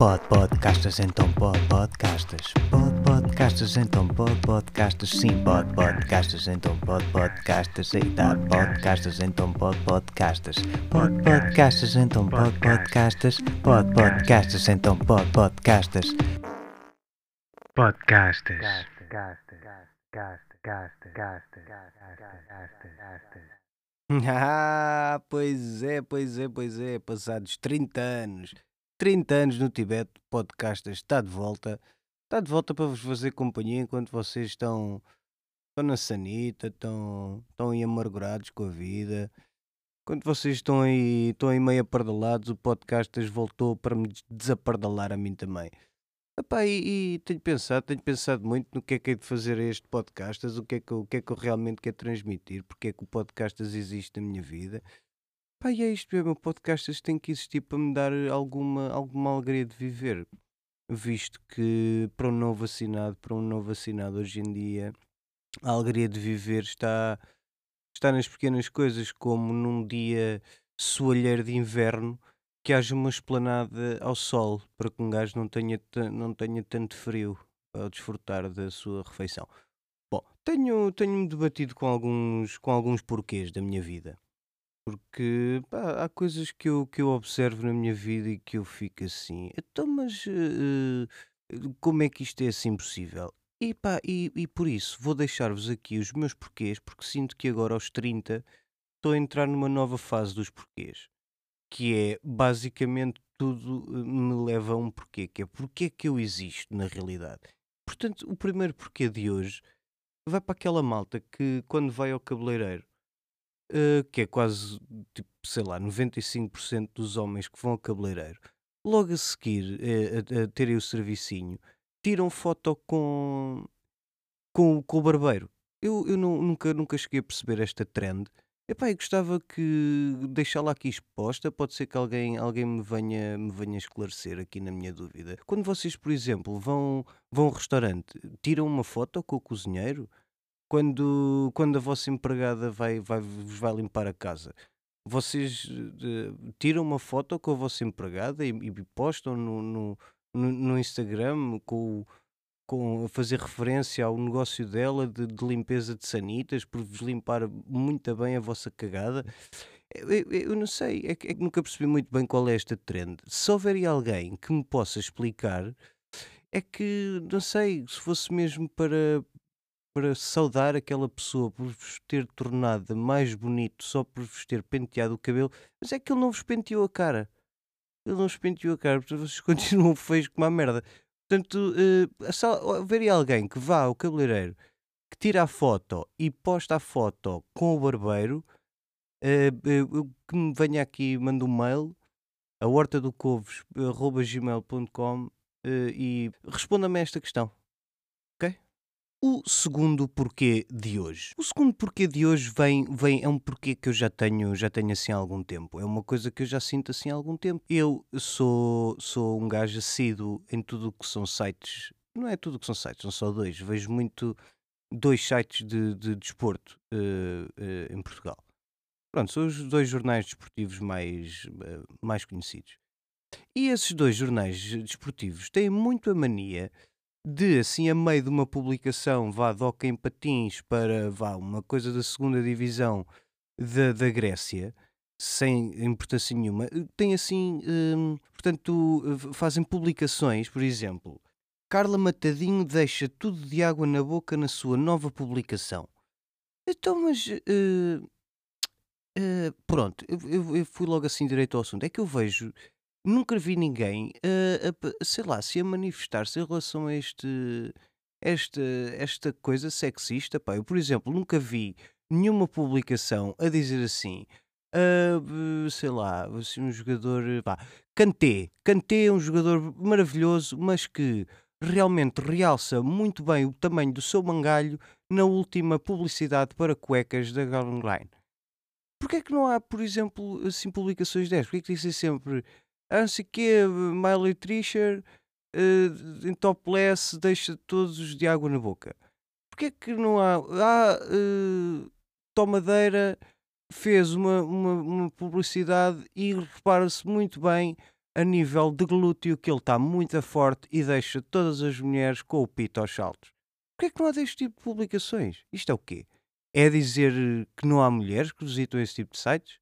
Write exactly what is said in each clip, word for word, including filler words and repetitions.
Pod podcastas, então pod podcastas. Pod podcastas, então pod podcastas. Sim, pod podcastas, então pod podcastas. Eita, podcastas, então pod podcastas. Pod podcastas, então pod podcastas. Pod podcastas, então pod podcastas. Podcastas. Ah, pois é, pois é, pois é. Passados trinta anos. trinta anos no Tibete, o Podcastas está de volta. Está de volta para vos fazer companhia enquanto vocês estão, estão na sanita, estão, estão aí amargurados com a vida. Enquanto vocês estão aí, estão aí meio apardalados, o Podcastas voltou para me des- desapardalar a mim também. Epá, e, e tenho pensado, tenho pensado muito no que é que é de fazer a este Podcastas, o que é que, eu- o que é que eu realmente quero transmitir, porque é que o Podcastas existe na minha vida. Pá, e é isto mesmo, o Podcastas tem que existir para me dar alguma, alguma alegria de viver, visto que para um não vacinado, para um não vacinado hoje em dia, a alegria de viver está, está nas pequenas coisas, como num dia soalheiro de inverno, que haja uma esplanada ao sol, para que um gajo não tenha, ta- não tenha tanto frio ao desfrutar da sua refeição. Bom, tenho, tenho-me debatido com alguns, com alguns porquês da minha vida. Porque pá, há coisas que eu, que eu observo na minha vida e que eu fico assim, então, mas eh, eh, como é que isto é assim possível? E, pá, e, e por isso vou deixar-vos aqui os meus porquês, porque sinto que agora aos trinta estou a entrar numa nova fase dos porquês, que é basicamente tudo eh, me leva a um porquê, que é porque é que eu existo na realidade. Portanto, o primeiro porquê de hoje vai para aquela malta que quando vai ao cabeleireiro eh, que é quase, tipo, sei lá, noventa e cinco por cento dos homens que vão ao cabeleireiro, logo a seguir eh, a, a terem o servicinho, tiram foto com, com, com o barbeiro. Eu, eu não- nunca, nunca cheguei a perceber esta trend. Epá, eu gostava que deixá-la aqui exposta, pode ser que alguém, alguém me venha, me venha esclarecer aqui na minha dúvida. Quando vocês, por exemplo, vão, vão a um restaurante, tiram uma foto com o cozinheiro? Quando, quando a vossa empregada vai, vai, vos vai limpar a casa, vocês eh, tiram uma foto com a vossa empregada e, e postam no, no, no- no Instagram com, o- com a fazer referência ao negócio dela de, de limpeza de sanitas por vos limpar muito bem a vossa cagada. Eu, eu- eu não sei, é que, é que nunca percebi muito bem qual é esta trend. Se houver aí alguém que me possa explicar, é que não sei se fosse mesmo para para saudar aquela pessoa por vos ter tornado mais bonito só por vos ter penteado o cabelo, mas é que ele não vos penteou a cara. Ele não vos penteou a cara, portanto vocês continuam feios como a merda. Portanto, eh, se houver aí alguém que vá ao cabeleireiro, que tira a foto e posta a foto com o barbeiro, eh, eh, eu- que me venha aqui e manda um mail a horta do covos arroba gmail ponto com e responda-me a esta questão, ok? O segundo porquê de hoje. O segundo porquê de hoje vem, vem é um porquê que eu já tenho, já tenho assim há algum tempo. É uma coisa que eu já sinto assim há algum tempo. Eu sou, sou um gajo assíduo em tudo o que são sites. Não é tudo o que são sites, são só dois. Vejo muito dois sites de, de desporto eh, eh, em Portugal. Pronto, são os dois jornais desportivos mais, eh, mais conhecidos. E esses dois jornais desportivos têm muito a mania de, assim, a meio de uma publicação, vá de hóquei em patins para, vá, uma coisa da segunda divisão da, da Grécia, sem importância nenhuma, eh, tem assim, hum, portanto, eh, fazem publicações, por exemplo, Carla Matadinho deixa tudo de água na boca na sua nova publicação. Então, mas, eh, eh, pronto, eu, eu- eu fui logo assim direito ao assunto. É que eu vejo, nunca vi ninguém, eh, a pa- sei lá, se a manifestar-se em relação a este, esta, esta coisa sexista. Pá, eu, por exemplo, nunca vi nenhuma publicação a dizer assim, ah, b- sei lá, assim, um jogador, eh, pá, Kanté. Kanté é um jogador maravilhoso, mas que realmente realça muito bem o tamanho do seu mangalho na última publicidade para cuecas da Calvin Klein. Porquê é que não há, por exemplo, assim, publicações destas? Porquê é que dizem sempre, ah, não sei o quê, Miley Trisher, eh, em topless, deixa todos de água na boca? Porquê é que não há, ah, eh, Tomadeira fez uma, uma, uma publicidade e repara-se muito bem a nível de glúteo, que ele está muito forte e deixa todas as mulheres com o pito aos saltos. Porquê é que não há deste tipo de publicações? Isto é o quê? É dizer eh, que não há mulheres que visitam esse tipo de sites?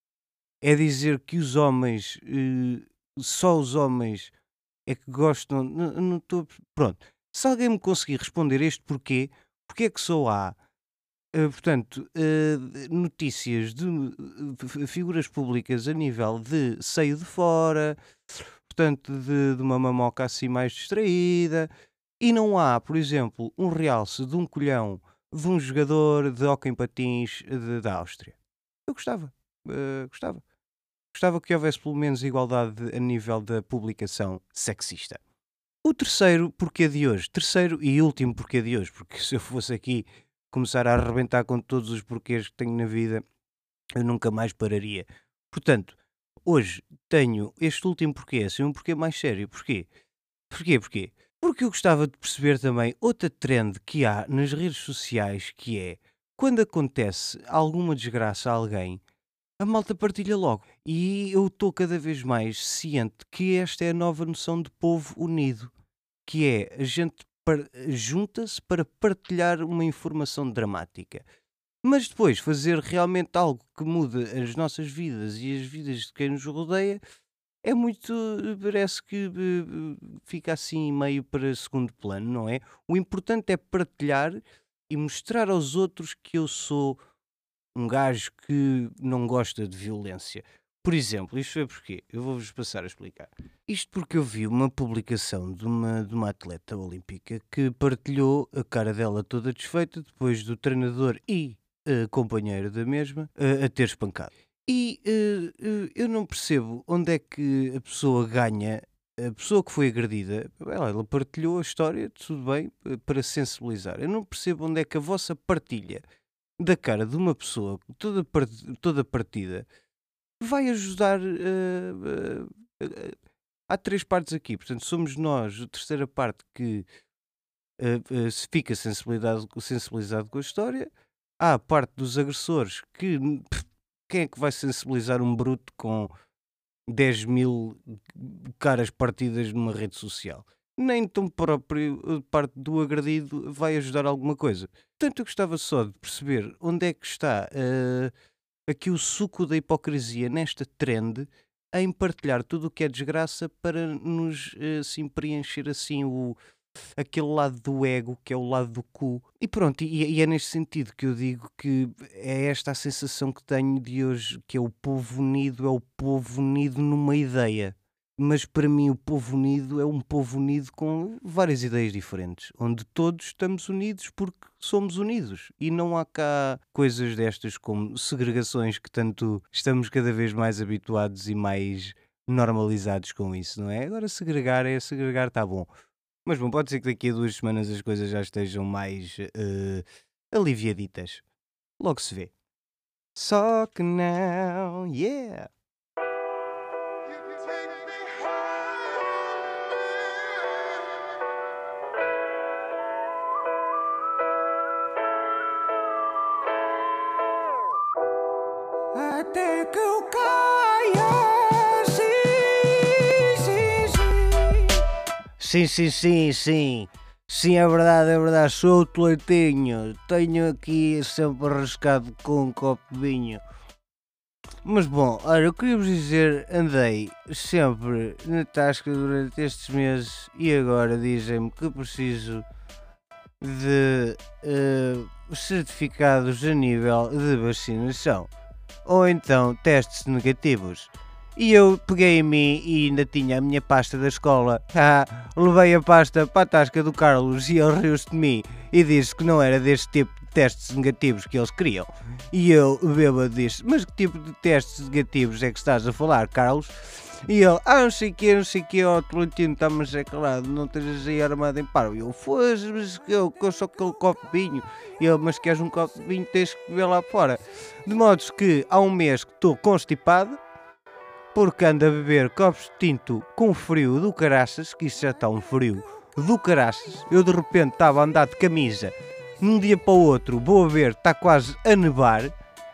É dizer que os homens, eh, só os homens é que gostam. Não não estou. Pronto. Se alguém me conseguir responder este porquê, porque é que só há, eh, portanto, eh, notícias de eh, fi- figuras públicas a nível de seio de fora, portanto, de, de uma mamoca assim mais distraída, e não há, por exemplo, um realce de um colhão de um jogador de hóquei em patins de- da Áustria. Eu gostava, eh, gostava. Gostava que houvesse pelo menos igualdade a nível da publicação sexista. O terceiro porquê de hoje, terceiro e último porquê de hoje, porque se eu fosse aqui começar a arrebentar com todos os porquês que tenho na vida, eu nunca mais pararia. Portanto, hoje tenho este último porquê, assim, um porquê mais sério. Porquê? Porquê? Porquê? Porque eu gostava de perceber também outra trend que há nas redes sociais, que é quando acontece alguma desgraça a alguém, a malta partilha logo. E eu estou cada vez mais ciente que esta é a nova noção de povo unido, que é a gente par- junta-se para partilhar uma informação dramática. Mas depois fazer realmente algo que mude as nossas vidas e as vidas de quem nos rodeia é muito. Parece que eh, eh, fica assim meio para segundo plano, não é? O importante é partilhar e mostrar aos outros que eu sou um gajo que não gosta de violência. Por exemplo, isto é porquê? Eu vou-vos passar a explicar. Isto porque eu vi uma publicação de uma, de uma atleta olímpica que partilhou a cara dela toda desfeita depois do treinador e a companheira da mesma eh, a ter espancado. E eh, eh, eu não percebo onde é que a pessoa ganha, a pessoa que foi agredida, ela, ela partilhou a história, tudo bem, eh, para sensibilizar. Eu não percebo onde é que a vossa partilha da cara de uma pessoa toda, par- toda partida vai ajudar. eh, eh, eh, há três partes aqui, portanto, somos nós, a terceira parte, que eh, eh, se fica sensibilizado, sensibilizado com a história. Há a parte dos agressores que n- pff, quem é que vai sensibilizar um bruto com dez mil caras partidas numa rede social? Nem tão próprio a parte do agredido vai ajudar alguma coisa. Portanto, eu gostava só de perceber onde é que está eh, aqui o suco da hipocrisia nesta trend em partilhar tudo o que é desgraça para nos eh, assim, preencher assim o, aquele lado do ego que é o lado do cu. E pronto, e, e é neste sentido que eu digo que é esta a sensação que tenho de hoje, que é o povo unido, é o povo unido numa ideia. Mas para mim o povo unido é um povo unido com várias ideias diferentes, onde todos estamos unidos porque somos unidos. E não há cá coisas destas como segregações que tanto estamos cada vez mais habituados e mais normalizados com isso, não é? Agora segregar é segregar, está bom. Mas bom, pode ser que daqui a duas semanas as coisas já estejam mais eh, aliviaditas. Logo se vê. Só que não, yeah! Até que eu caia, sim, sim, sim. Sim, sim, sim, sim. Sim, é verdade, é verdade. Sou o toleitinho. Tenho aqui sempre rascado com um copo de vinho. Mas bom, olha, eu queria vos dizer, andei sempre na tasca durante estes meses e agora dizem-me que preciso de eh, certificados a nível de vacinação ou então testes negativos. E eu peguei em mim e ainda tinha a minha pasta da escola. Ah, levei a pasta para a tasca do Carlos e ele riu-se de mim e disse que não era deste tipo de testes negativos que eles queriam. E eu, bêbado, disse: mas que tipo de testes negativos é que estás a falar, Carlos? E ele: ah, não sei o que, não sei o que, ó, Tolentino, está-me a calado, não estejas aí armado em paro. E eu: foda-se, mas que eu, que eu só aquele copo de vinho. E ele: mas queres um copo de vinho, tens que beber lá fora. De modo que há um mês que estou constipado, porque ando a beber copos de tinto com frio do caraças, que isso já está um frio do caraças. Eu de repente estava a andar de camisa, num dia para o outro vou a ver, está quase a nevar,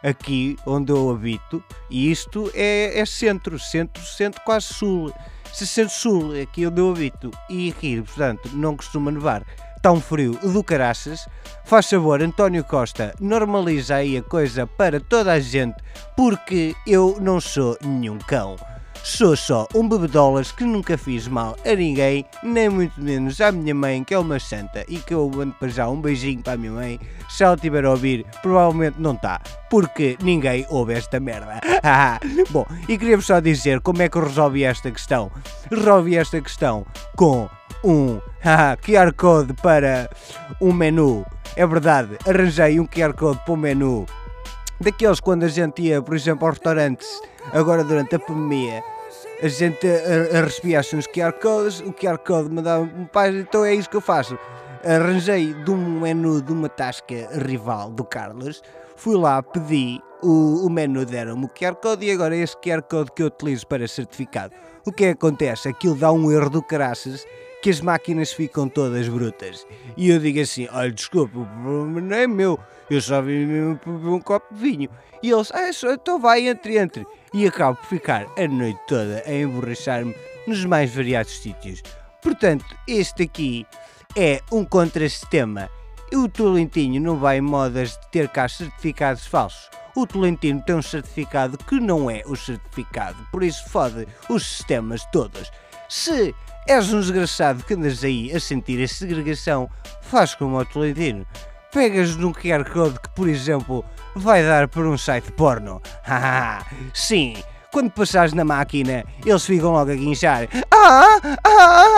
aqui onde eu habito, e isto é, é centro, centro, centro quase sul, se centro-sul, aqui onde eu habito, e aqui, portanto, não costuma nevar. Está um frio do caraças. Faz favor, António Costa, normaliza aí a coisa para toda a gente, porque eu não sou nenhum cão. Sou só um bebedolas que nunca fiz mal a ninguém, nem muito menos à minha mãe, que é uma santa, e que eu mando para já um beijinho para a minha mãe. Se ela estiver a ouvir, provavelmente não está, porque ninguém ouve esta merda. Bom, e queria-vos só dizer como é que eu resolvi esta questão. Resolvi esta questão com um Q R Code para um menu. É verdade, arranjei um Q R Code para o menu. Daqueles quando a gente ia, por exemplo, aos restaurantes, agora durante a pandemia, a gente a, a recebia-se uns Q R Codes, o Q R Code me dava um pai, então é isso que eu faço. Arranjei de um menu de uma tasca rival do Carlos, fui lá, pedi, o, o menu deram-me o Q R Code e agora é esse Q R Code que eu utilizo para certificado. O que é que acontece? Aquilo dá um erro do caraças, que as máquinas ficam todas brutas. E eu digo assim, olha, desculpa, o problema não é meu, eu só vim mesmo para beber um copo de vinho. E eles, ah, só, então vai, entre, entre. E acabo por ficar a noite toda a emborrachar-me nos mais variados sítios. Portanto, este aqui é um contrassistema. E o Tolentinho não vai em modas de ter cá certificados falsos. O Tolentino tem um certificado que não é o certificado, por isso fode os sistemas todos. Se és um desgraçado que andas aí a sentir a segregação, faz como o Tolentino. Pegas num Q R Code que, por exemplo, vai dar para um site porno. Haha, sim, quando passares na máquina, eles ficam logo a guinchar. Ah, ah,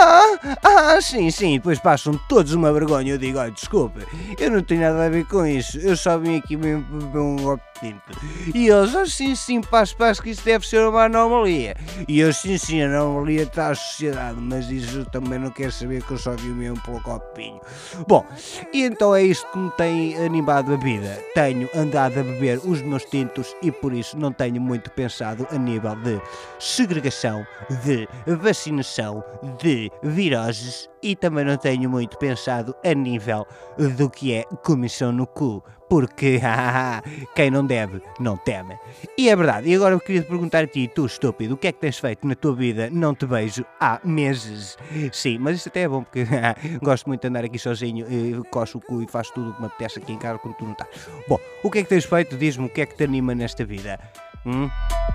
ah, ah, sim, sim, depois passam todos uma vergonha. Eu digo, olha, desculpe, eu não tenho nada a ver com isso, eu só vim aqui mesmo para beber um copo de tinto. E eles, ah, sim, sim, passo, passo, que isso deve ser uma anomalia. E eu, sim, sim, a anomalia está à sociedade, mas isso eu também não quero saber, que eu só vi mesmo pelo copinho. Bom, e então é isto que me tem animado a vida. Tenho andado a beber os meus tintos e por isso não tenho muito pensado a nível de segregação, de vacinação, de viroses, e também não tenho muito pensado a nível do que é comissão no cu, porque quem não deve, não teme. E é verdade. E agora eu queria te perguntar a ti, tu estúpido, o que é que tens feito na tua vida? Não te vejo há meses. Sim, mas isso até é bom, porque gosto muito de andar aqui sozinho, e coço o cu e faço tudo o que me apetece aqui em casa quando tu não estás. Bom, o que é que tens feito? Diz-me o que é que te anima nesta vida. Hum?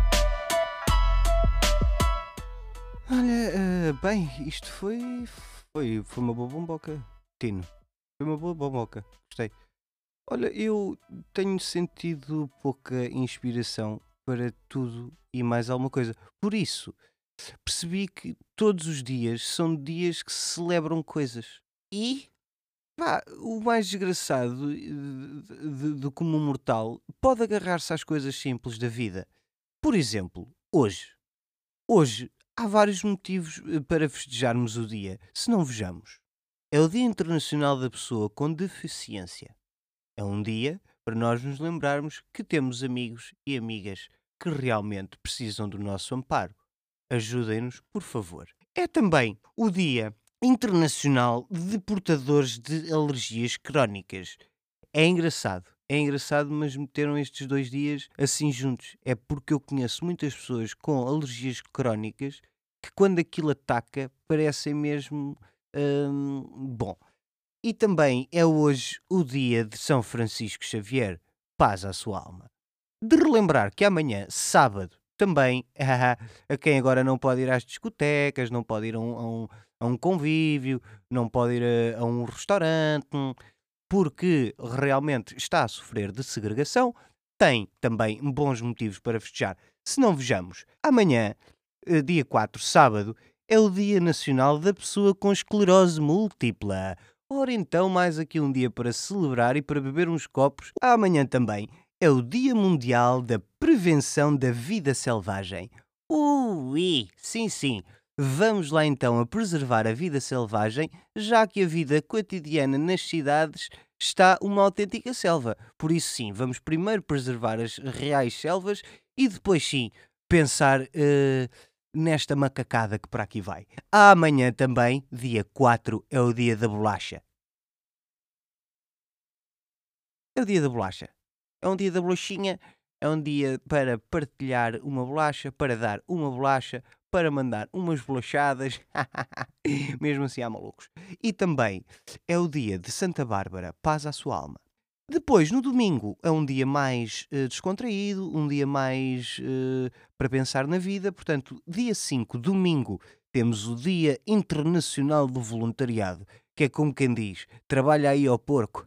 Olha, uh, bem, isto foi, foi, foi uma boa bomboca, Tino. Foi uma boa bomboca, gostei. Olha, eu tenho sentido pouca inspiração para tudo e mais alguma coisa. Por isso, percebi que todos os dias são dias que se celebram coisas. E, pá, o mais desgraçado eh, de, de, de como um mortal pode agarrar-se às coisas simples da vida. Por exemplo, hoje. Hoje há vários motivos eh, para festejarmos o dia, se não vejamos. É o Dia Internacional da Pessoa com Deficiência. É um dia para nós nos lembrarmos que temos amigos e amigas que realmente precisam do nosso amparo. Ajudem-nos, por favor. É também o Dia Internacional de Portadores de Alergias Crónicas. É engraçado, é engraçado, mas meteram estes dois dias assim juntos. É porque eu conheço muitas pessoas com alergias crónicas que, quando aquilo ataca, parecem mesmo. hum, bom. E também é hoje o dia de São Francisco Xavier. Paz à sua alma. De relembrar que amanhã, sábado, também, a quem agora não pode ir às discotecas, não pode ir a um, a um, a um convívio, não pode ir a, a um restaurante, porque realmente está a sofrer de segregação, tem também bons motivos para festejar. Se não vejamos, amanhã, eh, dia quatro, sábado, é o Dia Nacional da Pessoa com Esclerose Múltipla. Ora então, mais aqui um dia para celebrar e para beber uns copos. Amanhã também é o Dia Mundial da Prevenção da Vida Selvagem. Ui, sim, sim. Vamos lá então a preservar a vida selvagem, já que a vida cotidiana nas cidades está uma autêntica selva. Por isso sim, vamos primeiro preservar as reais selvas e depois sim pensar eh, nesta macacada que para aqui vai. Amanhã também, dia quatro, é o dia da bolacha. É o dia da bolacha. É um dia da bolachinha. É um dia para partilhar uma bolacha, para dar uma bolacha, para mandar umas bolachadas, mesmo assim há malucos. E também é o dia de Santa Bárbara, paz à sua alma. Depois, no domingo, é um dia mais eh, descontraído, um dia mais eh, para pensar na vida. Portanto, dia cinco, domingo, temos o Dia Internacional do Voluntariado, que é como quem diz: trabalha aí ao porco.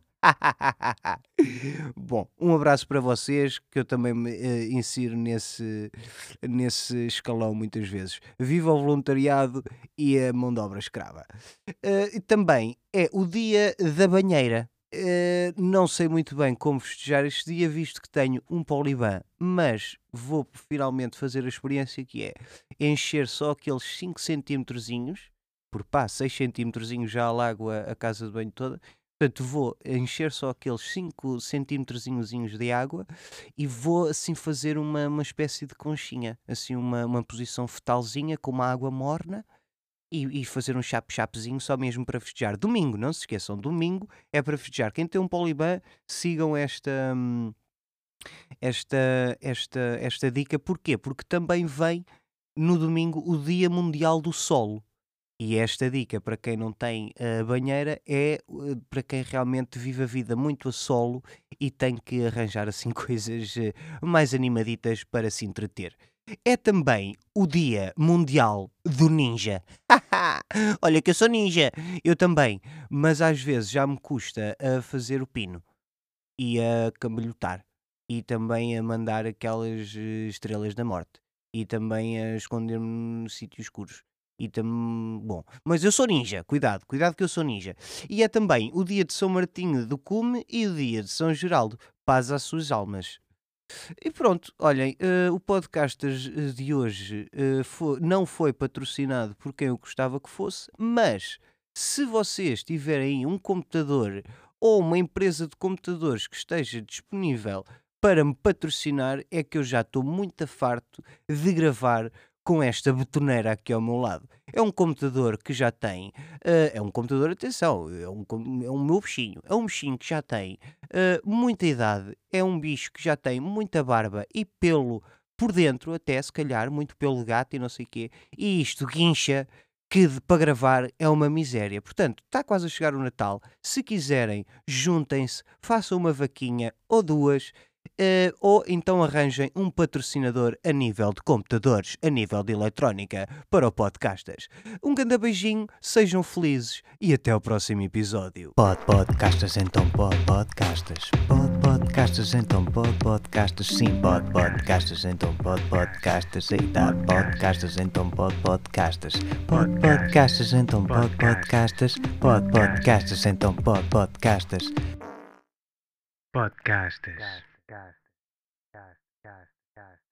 Bom, um abraço para vocês, que eu também me eh, insiro nesse, nesse escalão muitas vezes. Viva o voluntariado e a mão de obra escrava. Eh, e também é o dia da banheira. Eh, não sei muito bem como festejar este dia, visto que tenho um Poliban, mas vou finalmente fazer a experiência que é encher só aqueles cinco centímetrozinhos, porque pá, seis centímetrozinhos já alago a, a casa de banho toda. Portanto, vou encher só aqueles cinco centímetrozinhos de água e vou assim fazer uma, uma espécie de conchinha, assim uma, uma posição fetalzinha com uma água morna e, e fazer um chape-chapezinho só mesmo para festejar. Domingo, não se esqueçam, domingo é para festejar. Quem tem um Poliban, sigam esta, hum, esta, esta, esta dica. Porquê? Porque também vem no domingo o Dia Mundial do Solo. E esta dica, para quem não tem a banheira, é uh, para quem realmente vive a vida muito a solo e tem que arranjar assim coisas uh, mais animaditas para se entreter. É também o Dia Mundial do Ninja. Olha que eu sou ninja, eu também, mas às vezes já me custa a fazer o pino e a cambalhotar e também a mandar aquelas eh, estrelas da morte e também a esconder-me nos sítios escuros. E tam... Bom, mas eu sou ninja, cuidado, cuidado que eu sou ninja. E é também o dia de São Martinho do Cume e o dia de São Geraldo, paz às suas almas. E pronto, olhem, eh, o podcast eh, de hoje eh, fo- não foi patrocinado por quem eu gostava que fosse, mas se vocês tiverem aí um computador ou uma empresa de computadores que esteja disponível para me patrocinar, é que eu já estou muito farto de gravar com esta betoneira aqui ao meu lado. É um computador que já tem, eh, é um computador, atenção, é um, com- é um meu bichinho, é um bichinho que já tem eh, muita idade, é um bicho que já tem muita barba e pelo por dentro, até se calhar, muito pelo de gato e não sei o quê, e isto guincha que de- para gravar é uma miséria. Portanto, está quase a chegar o Natal. Se quiserem, juntem-se, façam uma vaquinha ou duas. eh, ou então arranjem um patrocinador a nível de computadores, a nível de eletrónica, para o Podcastas. Um grande beijinho, sejam felizes e até ao próximo episódio. Pod podcastas então pod podcastas. Pod podcastas então pod podcastas. Sim, pod podcastas então pod podcastas. Eita, podcastas então pod podcastas. Pod podcastas então pod podcastas. Pod podcastas então pod podcastas. Podcastas. Cast, cast, cast, cast, cast.